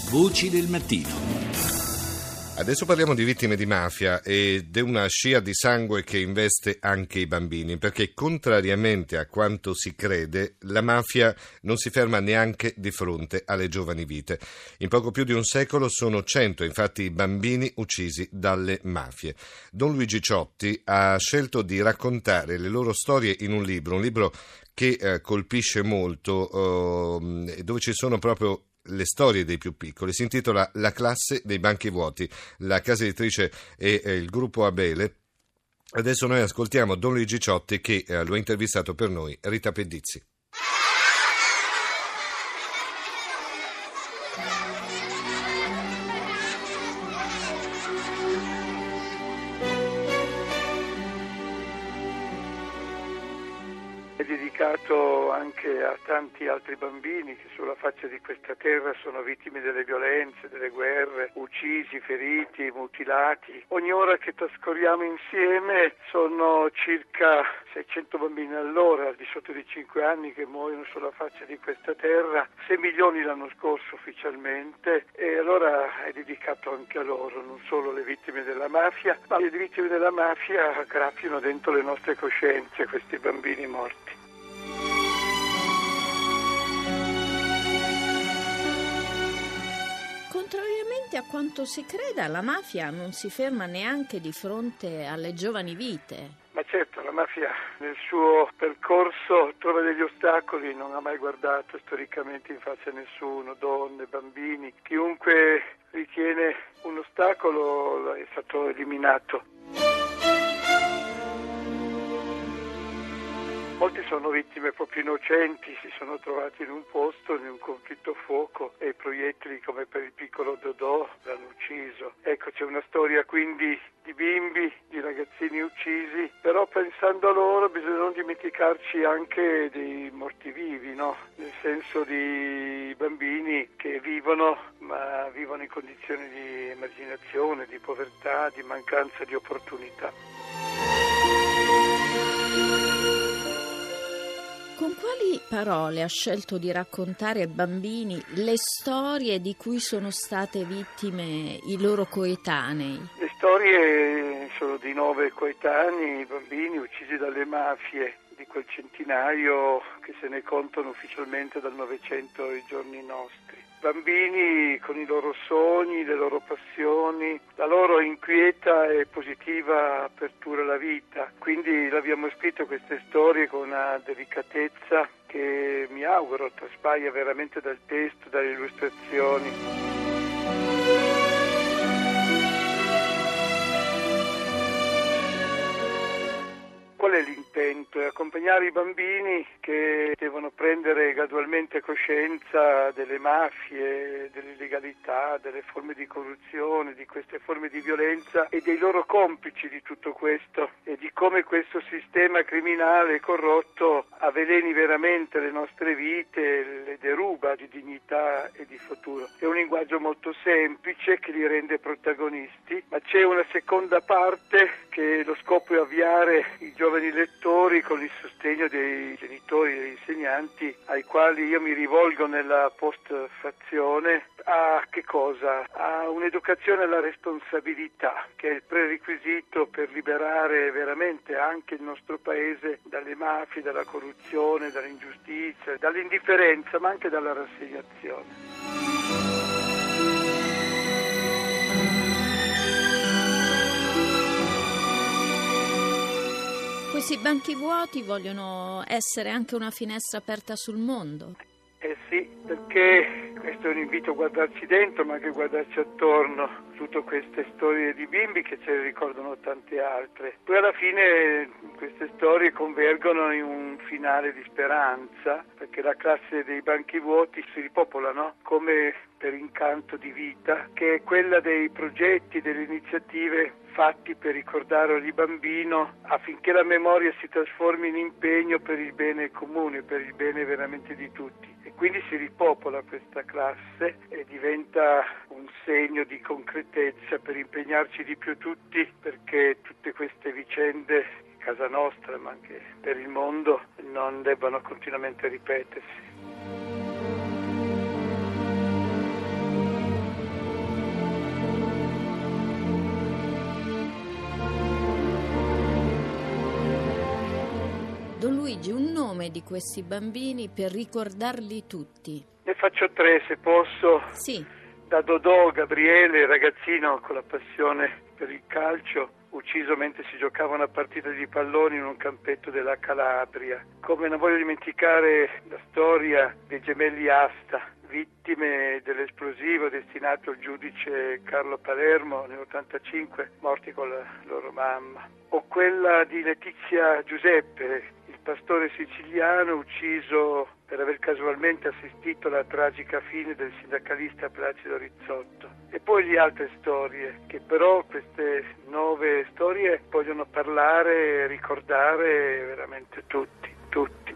Voci del mattino. Adesso parliamo di vittime di mafia ed è una scia di sangue che investe anche i bambini, perché contrariamente a quanto si crede, la mafia non si ferma neanche di fronte alle giovani vite. In poco più di un secolo sono 100, infatti, i bambini uccisi dalle mafie. Don Luigi Ciotti ha scelto di raccontare le loro storie in un libro che colpisce molto, dove ci sono proprio le storie dei più piccoli. Si intitola La classe dei banchi vuoti. La casa editrice è il gruppo Abele. Adesso noi ascoltiamo Don Luigi Ciotti che lo ha intervistato per noi Rita Pedizzi. È dedicato anche a tanti altri bambini che sulla faccia di questa terra sono vittime delle violenze, delle guerre, uccisi, feriti, mutilati. Ogni ora che trascorriamo insieme sono circa 600 bambini all'ora, al di sotto di 5 anni, che muoiono sulla faccia di questa terra, 6 milioni l'anno scorso ufficialmente, e allora è dedicato anche a loro, non solo le vittime della mafia, ma le vittime della mafia graffiano dentro le nostre coscienze questi bambini morti. Contrariamente a quanto si creda, la mafia non si ferma neanche di fronte alle giovani vite. Ma certo, la mafia nel suo percorso trova degli ostacoli, non ha mai guardato storicamente in faccia a nessuno, donne, bambini, chiunque ritiene un ostacolo è stato eliminato. Molti sono vittime proprio innocenti, si sono trovati in un posto, in un conflitto a fuoco e i proiettili, come per il piccolo Dodò, l'hanno ucciso. Ecco, c'è una storia quindi di bimbi, di ragazzini uccisi, però pensando a loro bisogna non dimenticarci anche dei morti vivi, no? Nel senso di bambini che vivono, ma vivono in condizioni di emarginazione, di povertà, di mancanza di opportunità. Con quali parole ha scelto di raccontare ai bambini le storie di cui sono state vittime i loro coetanei? Le storie sono di 9 coetanei, bambini uccisi dalle mafie, di quel centinaio che se ne contano ufficialmente dal Novecento ai giorni nostri. Bambini con i loro sogni, le loro passioni, la loro inquieta e positiva apertura alla vita. Quindi abbiamo scritto queste storie con una delicatezza che mi auguro traspaia veramente dal testo, dalle illustrazioni. Qual è l'intento? È accompagnare i bambini che devono prendere gradualmente coscienza delle mafie, dell'illegalità, delle forme di corruzione, di queste forme di violenza e dei loro complici di tutto questo e di come questo sistema criminale corrotto avveleni veramente le nostre vite, le deruba di dignità e di futuro. È un linguaggio molto semplice che li rende protagonisti, ma c'è una seconda parte che lo scopo è avviare i giovani lettori con il sostegno dei genitori e degli insegnanti ai quali io mi rivolgo nella postfazione. A che cosa? A un'educazione alla responsabilità, che è il prerequisito per liberare veramente anche il nostro paese dalle mafie, dalla corruzione, dall'ingiustizia, dall'indifferenza, ma anche dalla rassegnazione. Questi banchi vuoti vogliono essere anche una finestra aperta sul mondo. Sì, perché questo è un invito a guardarci dentro, ma anche a guardarci attorno. Tutte queste storie di bimbi che ce ne ricordano tante altre. Poi alla fine queste storie convergono in un finale di speranza, perché la classe dei banchi vuoti si ripopola, no? Come per incanto di vita, che è quella dei progetti, delle iniziative fatti per ricordare ogni bambino affinché la memoria si trasformi in impegno per il bene comune, per il bene veramente di tutti. E quindi si ripopola questa classe e diventa un segno di concretezza per impegnarci di più tutti, perché tutte queste vicende, casa nostra ma anche per il mondo, non debbano continuamente ripetersi. Luigi, un nome di questi bambini per ricordarli tutti. Ne faccio 3 se posso. Sì. Da Dodò, Gabriele, ragazzino con la passione per il calcio, ucciso mentre si giocava una partita di palloni in un campetto della Calabria. Come non voglio dimenticare la storia dei gemelli Asta, vittime dell'esplosivo destinato al giudice Carlo Palermo nell'85, morti con la loro mamma. O quella di Letizia Giuseppe, il pastore siciliano ucciso per aver casualmente assistito alla tragica fine del sindacalista Placido Rizzotto. E poi le altre storie, che però queste 9 storie vogliono parlare e ricordare veramente tutti.